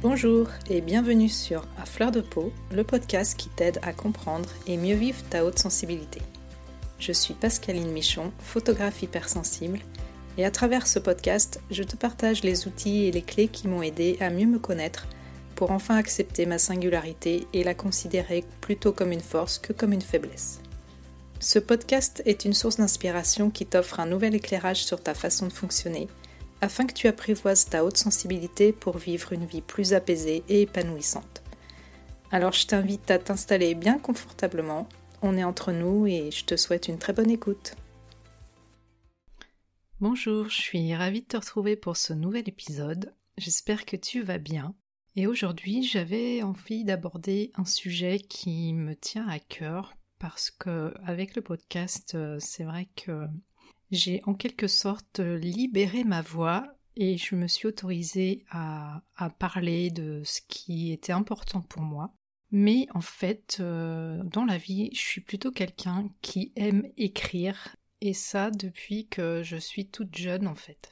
Bonjour et bienvenue sur À Fleur de Peau, le podcast qui t'aide à comprendre et mieux vivre ta haute sensibilité. Je suis Pascaline Michon, photographe hypersensible, et à travers ce podcast, je te partage les outils et les clés qui m'ont aidé à mieux me connaître pour enfin accepter ma singularité et la considérer plutôt comme une force que comme une faiblesse. Ce podcast est une source d'inspiration qui t'offre un nouvel éclairage sur ta façon de fonctionner, afin que tu apprivoises ta haute sensibilité pour vivre une vie plus apaisée et épanouissante. Alors je t'invite à t'installer bien confortablement, on est entre nous et je te souhaite une très bonne écoute. Bonjour, je suis ravie de te retrouver pour ce nouvel épisode, j'espère que tu vas bien. Et aujourd'hui j'avais envie d'aborder un sujet qui me tient à cœur, parce que avec le podcast, c'est vrai que j'ai en quelque sorte libéré ma voix et je me suis autorisée à parler de ce qui était important pour moi. Mais en fait, dans la vie, je suis plutôt quelqu'un qui aime écrire, et ça depuis que je suis toute jeune en fait.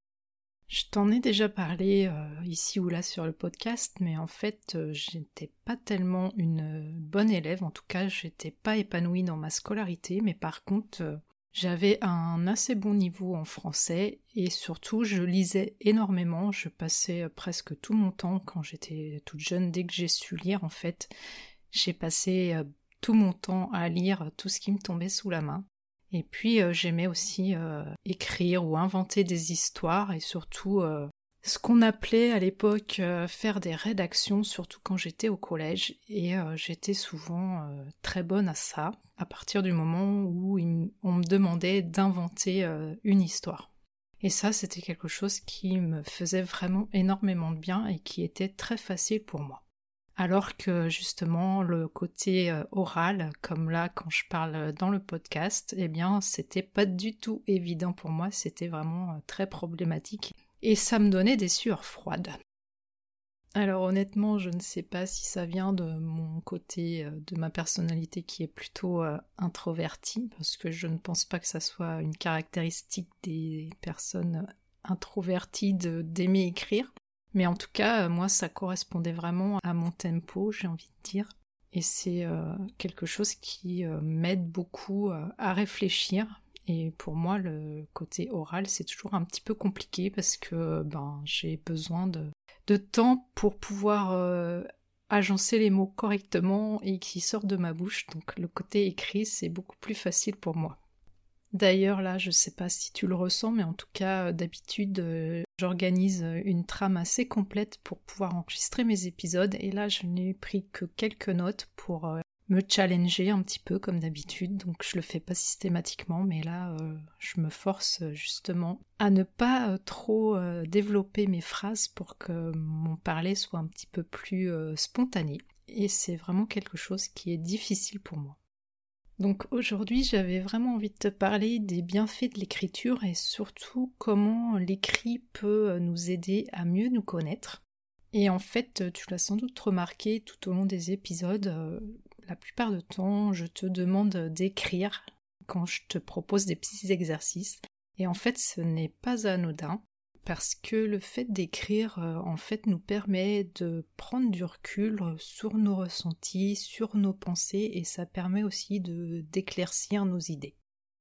Je t'en ai déjà parlé ici ou là sur le podcast, mais en fait, j'étais pas tellement une bonne élève, en tout cas, j'étais pas épanouie dans ma scolarité, mais par contre, j'avais un assez bon niveau en français et surtout je lisais énormément, je passais presque tout mon temps quand j'étais toute jeune, dès que j'ai su lire en fait, j'ai passé tout mon temps à lire tout ce qui me tombait sous la main. Et puis j'aimais aussi écrire ou inventer des histoires et surtout ce qu'on appelait à l'époque faire des rédactions, surtout quand j'étais au collège, et j'étais souvent très bonne à ça, à partir du moment où on me demandait d'inventer une histoire. Et ça, c'était quelque chose qui me faisait vraiment énormément de bien et qui était très facile pour moi. Alors que justement le côté oral, comme là quand je parle dans le podcast, eh bien c'était pas du tout évident pour moi, c'était vraiment très problématique. Et ça me donnait des sueurs froides. Alors honnêtement, je ne sais pas si ça vient de mon côté, de ma personnalité qui est plutôt introvertie, parce que je ne pense pas que ça soit une caractéristique des personnes introverties d'aimer écrire. Mais en tout cas, moi, ça correspondait vraiment à mon tempo, j'ai envie de dire. Et c'est quelque chose qui m'aide beaucoup à réfléchir. Et pour moi, le côté oral, c'est toujours un petit peu compliqué parce que j'ai besoin de temps pour pouvoir agencer les mots correctement et qu'ils sortent de ma bouche. Donc le côté écrit, c'est beaucoup plus facile pour moi. D'ailleurs, là, je sais pas si tu le ressens, mais en tout cas, d'habitude, j'organise une trame assez complète pour pouvoir enregistrer mes épisodes, et là, je n'ai pris que quelques notes pour me challenger un petit peu, comme d'habitude, donc je le fais pas systématiquement, mais là, je me force justement à ne pas trop développer mes phrases pour que mon parler soit un petit peu plus spontané, et c'est vraiment quelque chose qui est difficile pour moi. Donc aujourd'hui, j'avais vraiment envie de te parler des bienfaits de l'écriture et surtout comment l'écrit peut nous aider à mieux nous connaître. Et en fait, tu l'as sans doute remarqué tout au long des épisodes, la plupart du temps, je te demande d'écrire quand je te propose des petits exercices. Et en fait, ce n'est pas anodin. Parce que le fait d'écrire, en fait, nous permet de prendre du recul sur nos ressentis, sur nos pensées, et ça permet aussi d'éclaircir nos idées.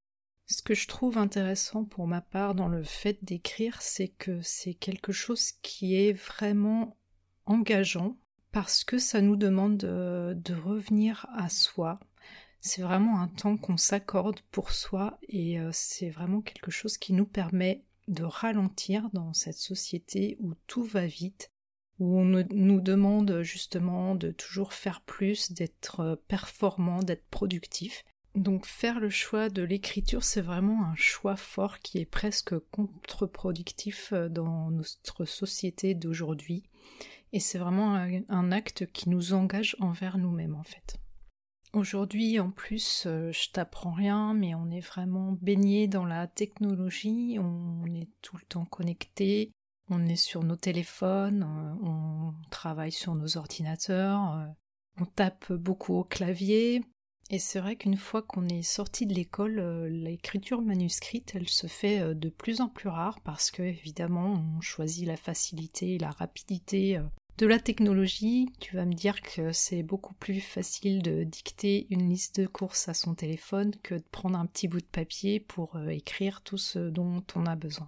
Ce que je trouve intéressant pour ma part dans le fait d'écrire, c'est que c'est quelque chose qui est vraiment engageant, parce que ça nous demande de revenir à soi. C'est vraiment un temps qu'on s'accorde pour soi, et c'est vraiment quelque chose qui nous permet de ralentir dans cette société où tout va vite, où on nous demande justement de toujours faire plus, d'être performant, d'être productif. Donc faire le choix de l'écriture, c'est vraiment un choix fort qui est presque contre-productif dans notre société d'aujourd'hui. Et c'est vraiment un acte qui nous engage envers nous-mêmes en fait. Aujourd'hui, en plus, je t'apprends rien, mais on est vraiment baigné dans la technologie, on est tout le temps connecté, on est sur nos téléphones, on travaille sur nos ordinateurs, on tape beaucoup au clavier, et c'est vrai qu'une fois qu'on est sorti de l'école, l'écriture manuscrite, elle se fait de plus en plus rare, parce que évidemment, on choisit la facilité et la rapidité de la technologie. Tu vas me dire que c'est beaucoup plus facile de dicter une liste de courses à son téléphone que de prendre un petit bout de papier pour écrire tout ce dont on a besoin.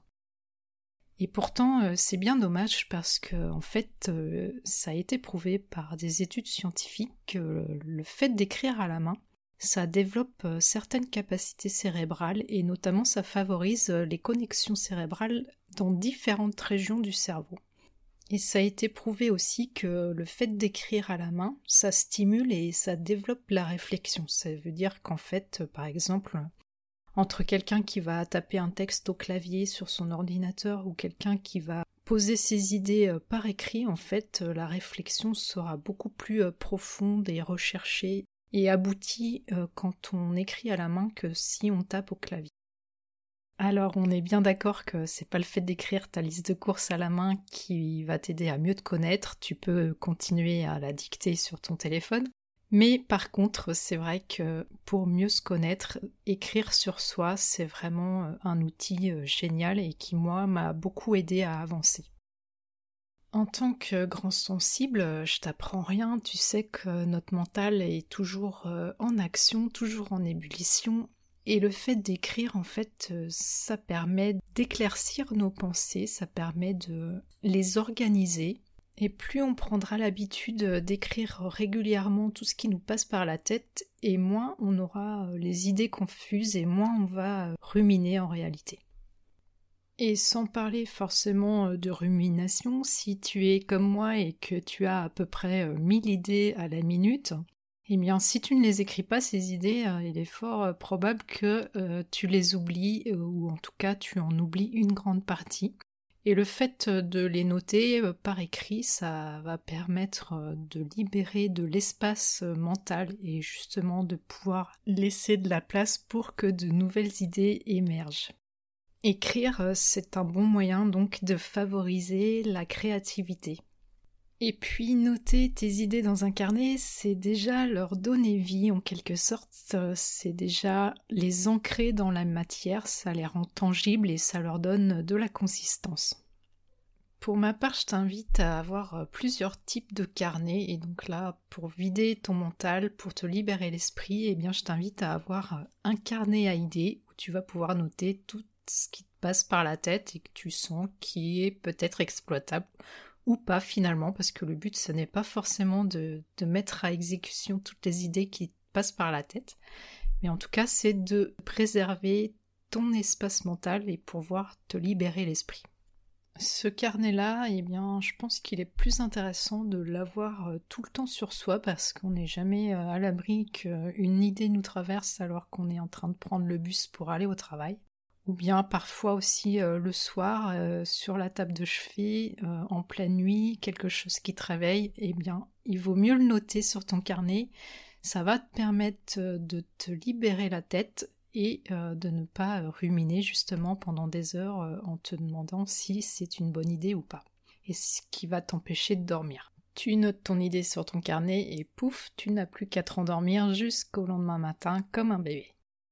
Et pourtant, c'est bien dommage parce que, en fait, ça a été prouvé par des études scientifiques que le fait d'écrire à la main, ça développe certaines capacités cérébrales et notamment ça favorise les connexions cérébrales dans différentes régions du cerveau. Et ça a été prouvé aussi que le fait d'écrire à la main, ça stimule et ça développe la réflexion. Ça veut dire qu'en fait, par exemple, entre quelqu'un qui va taper un texte au clavier sur son ordinateur ou quelqu'un qui va poser ses idées par écrit, en fait, la réflexion sera beaucoup plus profonde et recherchée et aboutie quand on écrit à la main que si on tape au clavier. Alors, on est bien d'accord que c'est pas le fait d'écrire ta liste de courses à la main qui va t'aider à mieux te connaître, tu peux continuer à la dicter sur ton téléphone. Mais par contre, c'est vrai que pour mieux se connaître, écrire sur soi, c'est vraiment un outil génial et qui, moi, m'a beaucoup aidé à avancer. En tant que grand sensible, je t'apprends rien, tu sais que notre mental est toujours en action, toujours en ébullition, et le fait d'écrire, en fait, ça permet d'éclaircir nos pensées, ça permet de les organiser. Et plus on prendra l'habitude d'écrire régulièrement tout ce qui nous passe par la tête, et moins on aura les idées confuses et moins on va ruminer en réalité. Et sans parler forcément de rumination, si tu es comme moi et que tu as à peu près 1000 idées à la minute, eh bien si tu ne les écris pas ces idées, il est fort probable que tu les oublies ou en tout cas tu en oublies une grande partie. Et le fait de les noter par écrit, ça va permettre de libérer de l'espace mental et justement de pouvoir laisser de la place pour que de nouvelles idées émergent. Écrire, c'est un bon moyen donc de favoriser la créativité. Et puis noter tes idées dans un carnet, c'est déjà leur donner vie en quelque sorte, c'est déjà les ancrer dans la matière, ça les rend tangibles et ça leur donne de la consistance. Pour ma part, je t'invite à avoir plusieurs types de carnets et donc là, pour vider ton mental, pour te libérer l'esprit, eh bien je t'invite à avoir un carnet à idées où tu vas pouvoir noter tout ce qui te passe par la tête et que tu sens qui est peut-être exploitable ou pas finalement, parce que le but ce n'est pas forcément de mettre à exécution toutes les idées qui te passent par la tête, mais en tout cas c'est de préserver ton espace mental et pouvoir te libérer l'esprit. Ce carnet-là, eh bien, je pense qu'il est plus intéressant de l'avoir tout le temps sur soi parce qu'on n'est jamais à l'abri qu'une idée nous traverse alors qu'on est en train de prendre le bus pour aller au travail. Ou bien parfois aussi le soir, sur la table de chevet, en pleine nuit, quelque chose qui te réveille, eh bien, il vaut mieux le noter sur ton carnet. Ça va te permettre de te libérer la tête et de ne pas ruminer justement pendant des heures en te demandant si c'est une bonne idée ou pas. Et ce qui va t'empêcher de dormir. Tu notes ton idée sur ton carnet et pouf, tu n'as plus qu'à te rendormir jusqu'au lendemain matin comme un bébé.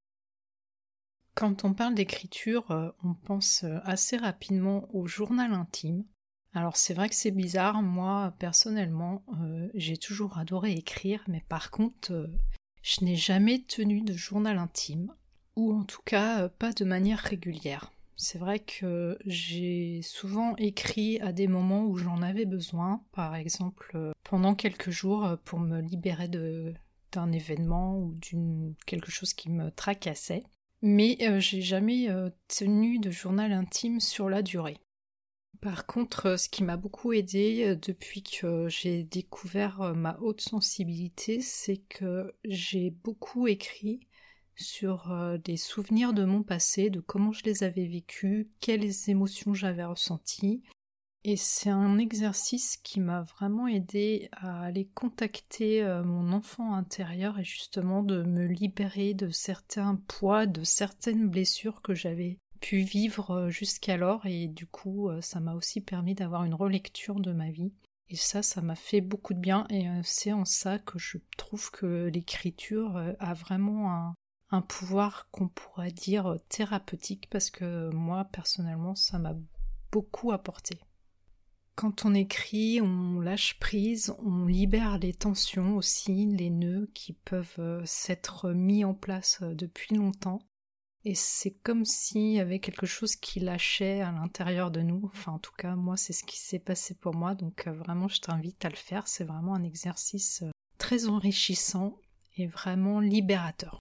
Quand on parle d'écriture, on pense assez rapidement au journal intime. Alors c'est vrai que c'est bizarre, moi personnellement, j'ai toujours adoré écrire, mais par contre, je n'ai jamais tenu de journal intime, ou en tout cas pas de manière régulière. C'est vrai que j'ai souvent écrit à des moments où j'en avais besoin, par exemple pendant quelques jours pour me libérer d'un événement ou quelque chose qui me tracassait. Mais j'ai jamais tenu de journal intime sur la durée. Par contre, ce qui m'a beaucoup aidé depuis que j'ai découvert ma haute sensibilité, c'est que j'ai beaucoup écrit sur des souvenirs de mon passé, de comment je les avais vécus, quelles émotions j'avais ressenties. Et c'est un exercice qui m'a vraiment aidé à aller contacter mon enfant intérieur et justement de me libérer de certains poids, de certaines blessures que j'avais pu vivre jusqu'alors et du coup ça m'a aussi permis d'avoir une relecture de ma vie. Et ça m'a fait beaucoup de bien et c'est en ça que je trouve que l'écriture a vraiment un pouvoir qu'on pourrait dire thérapeutique parce que moi personnellement ça m'a beaucoup apporté. Quand on écrit, on lâche prise, on libère les tensions aussi, les nœuds qui peuvent s'être mis en place depuis longtemps. Et c'est comme s'il y avait quelque chose qui lâchait à l'intérieur de nous. Enfin, en tout cas, moi, c'est ce qui s'est passé pour moi. Donc vraiment, je t'invite à le faire. C'est vraiment un exercice très enrichissant et vraiment libérateur.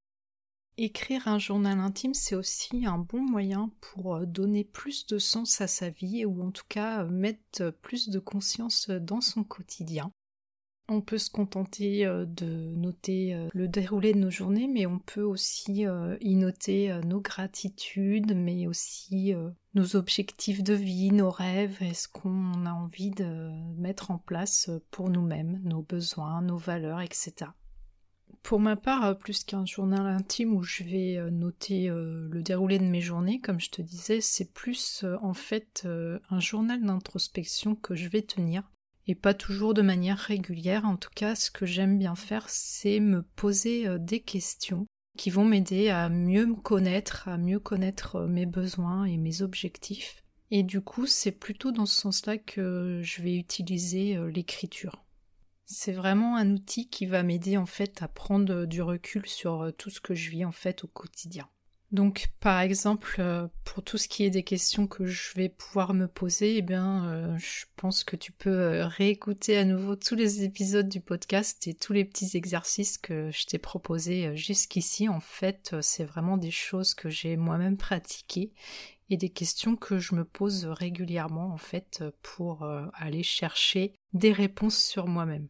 Écrire un journal intime, c'est aussi un bon moyen pour donner plus de sens à sa vie ou en tout cas mettre plus de conscience dans son quotidien. On peut se contenter de noter le déroulé de nos journées, mais on peut aussi y noter nos gratitudes, mais aussi nos objectifs de vie, nos rêves, et ce qu'on a envie de mettre en place pour nous-mêmes, nos besoins, nos valeurs, etc. Pour ma part, plus qu'un journal intime où je vais noter le déroulé de mes journées, comme je te disais, c'est plus en fait un journal d'introspection que je vais tenir, et pas toujours de manière régulière. En tout cas, ce que j'aime bien faire, c'est me poser des questions qui vont m'aider à mieux me connaître, à mieux connaître mes besoins et mes objectifs. Et du coup, c'est plutôt dans ce sens-là que je vais utiliser l'écriture. C'est vraiment un outil qui va m'aider en fait à prendre du recul sur tout ce que je vis en fait au quotidien. Donc par exemple, pour tout ce qui est des questions que je vais pouvoir me poser, je pense que tu peux réécouter à nouveau tous les épisodes du podcast et tous les petits exercices que je t'ai proposés jusqu'ici. En fait, c'est vraiment des choses que j'ai moi-même pratiquées et des questions que je me pose régulièrement en fait pour aller chercher des réponses sur moi-même.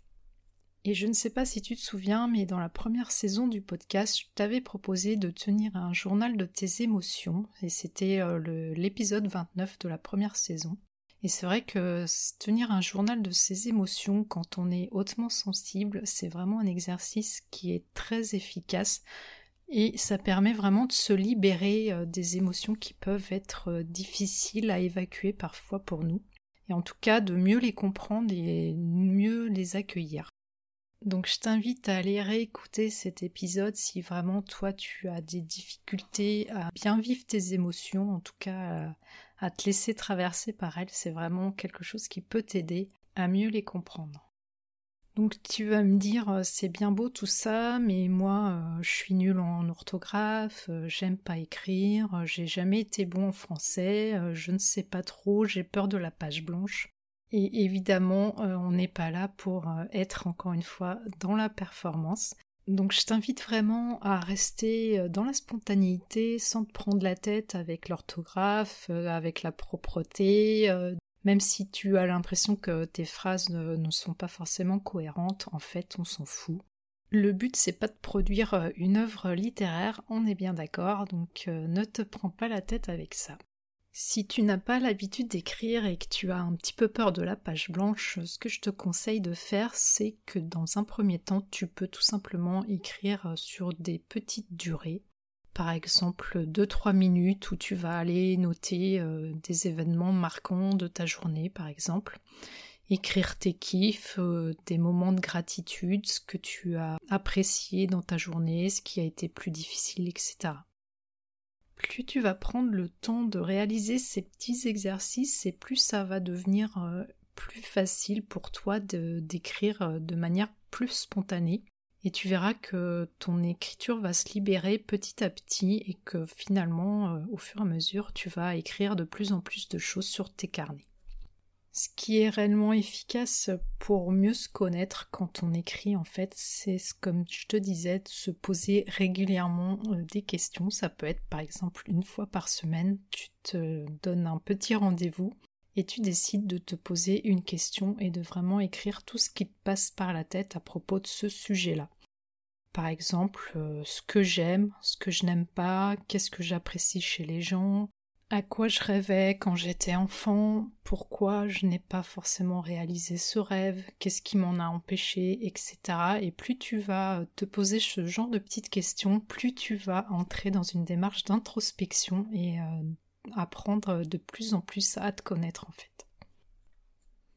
Et je ne sais pas si tu te souviens, mais dans la première saison du podcast, je t'avais proposé de tenir un journal de tes émotions, et c'était l'épisode 29 de la première saison. Et c'est vrai que tenir un journal de ses émotions quand on est hautement sensible, c'est vraiment un exercice qui est très efficace, et ça permet vraiment de se libérer des émotions qui peuvent être difficiles à évacuer parfois pour nous, et en tout cas de mieux les comprendre et mieux les accueillir. Donc je t'invite à aller réécouter cet épisode si vraiment toi tu as des difficultés à bien vivre tes émotions, en tout cas à te laisser traverser par elles, c'est vraiment quelque chose qui peut t'aider à mieux les comprendre. Donc tu vas me dire c'est bien beau tout ça, mais moi je suis nulle en orthographe, j'aime pas écrire, j'ai jamais été bon en français, je ne sais pas trop, j'ai peur de la page blanche. Et évidemment, on n'est pas là pour être encore une fois dans la performance. Donc je t'invite vraiment à rester dans la spontanéité sans te prendre la tête avec l'orthographe, avec la propreté, même si tu as l'impression que tes phrases ne sont pas forcément cohérentes, en fait on s'en fout. Le but c'est pas de produire une œuvre littéraire, on est bien d'accord, donc ne te prends pas la tête avec ça. Si tu n'as pas l'habitude d'écrire et que tu as un petit peu peur de la page blanche, ce que je te conseille de faire, c'est que dans un premier temps, tu peux tout simplement écrire sur des petites durées. Par exemple, 2-3 minutes où tu vas aller noter des événements marquants de ta journée, par exemple. Écrire tes kiffs, des moments de gratitude, ce que tu as apprécié dans ta journée, ce qui a été plus difficile, etc. Plus tu vas prendre le temps de réaliser ces petits exercices et plus ça va devenir plus facile pour toi d'écrire de manière plus spontanée. Et tu verras que ton écriture va se libérer petit à petit et que finalement, au fur et à mesure, tu vas écrire de plus en plus de choses sur tes carnets. Ce qui est réellement efficace pour mieux se connaître quand on écrit, en fait, c'est, comme je te disais, de se poser régulièrement des questions. Ça peut être par exemple une fois par semaine, tu te donnes un petit rendez-vous et tu décides de te poser une question et de vraiment écrire tout ce qui te passe par la tête à propos de ce sujet-là. Par exemple, ce que j'aime, ce que je n'aime pas, qu'est-ce que j'apprécie chez les gens, à quoi je rêvais quand j'étais enfant, pourquoi je n'ai pas forcément réalisé ce rêve, qu'est-ce qui m'en a empêché, etc. Et plus tu vas te poser ce genre de petites questions, plus tu vas entrer dans une démarche d'introspection et apprendre de plus en plus à te connaître en fait.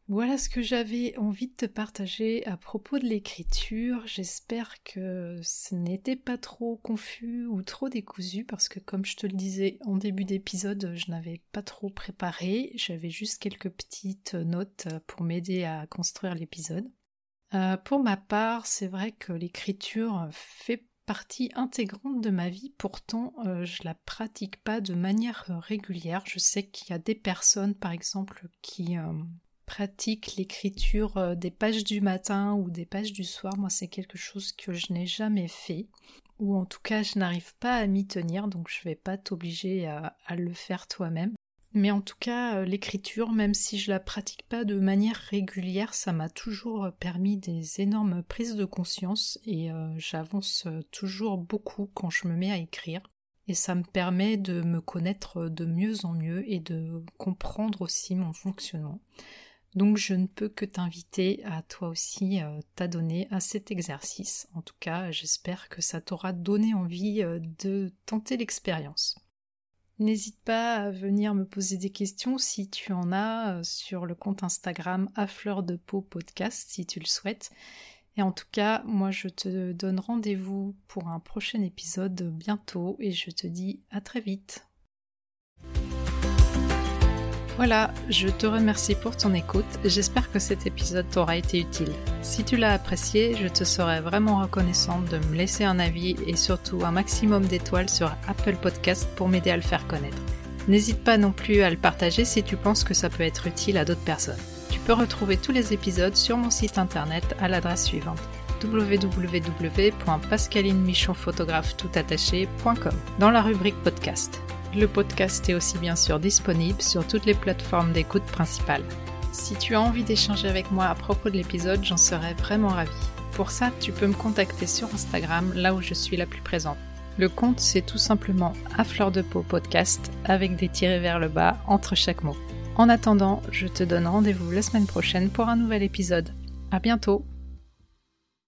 Voilà ce que j'avais envie de te partager à propos de l'écriture. J'espère que ce n'était pas trop confus ou trop décousu parce que comme je te le disais en début d'épisode, je n'avais pas trop préparé. J'avais juste quelques petites notes pour m'aider à construire l'épisode. Pour ma part, c'est vrai que l'écriture fait partie intégrante de ma vie, pourtant je la pratique pas de manière régulière. Je sais qu'il y a des personnes par exemple qui pratiquent l'écriture des pages du matin ou des pages du soir. Moi c'est quelque chose que je n'ai jamais fait, ou en tout cas je n'arrive pas à m'y tenir, donc je vais pas t'obliger à le faire toi-même. Mais en tout cas, l'écriture, même si je la pratique pas de manière régulière, ça m'a toujours permis des énormes prises de conscience et j'avance toujours beaucoup quand je me mets à écrire. Et ça me permet de me connaître de mieux en mieux et de comprendre aussi mon fonctionnement. Donc je ne peux que t'inviter à toi aussi t'adonner à cet exercice. En tout cas, j'espère que ça t'aura donné envie de tenter l'expérience. N'hésite pas à venir me poser des questions si tu en as sur le compte Instagram à fleur de peau podcast si tu le souhaites. Et en tout cas, moi je te donne rendez-vous pour un prochain épisode bientôt et je te dis à très vite. Voilà, je te remercie pour ton écoute, j'espère que cet épisode t'aura été utile. Si tu l'as apprécié, je te serais vraiment reconnaissante de me laisser un avis et surtout un maximum d'étoiles sur Apple Podcast pour m'aider à le faire connaître. N'hésite pas non plus à le partager si tu penses que ça peut être utile à d'autres personnes. Tu peux retrouver tous les épisodes sur mon site internet à l'adresse suivante www.pascalineMichonphotographe.com dans la rubrique podcast. Le podcast est aussi bien sûr disponible sur toutes les plateformes d'écoute principales. Si tu as envie d'échanger avec moi à propos de l'épisode, j'en serais vraiment ravie. Pour ça, tu peux me contacter sur Instagram, là où je suis la plus présente. Le compte, c'est tout simplement à fleur de peau podcast, avec des tirets vers le bas entre chaque mot. En attendant, je te donne rendez-vous la semaine prochaine pour un nouvel épisode. À bientôt!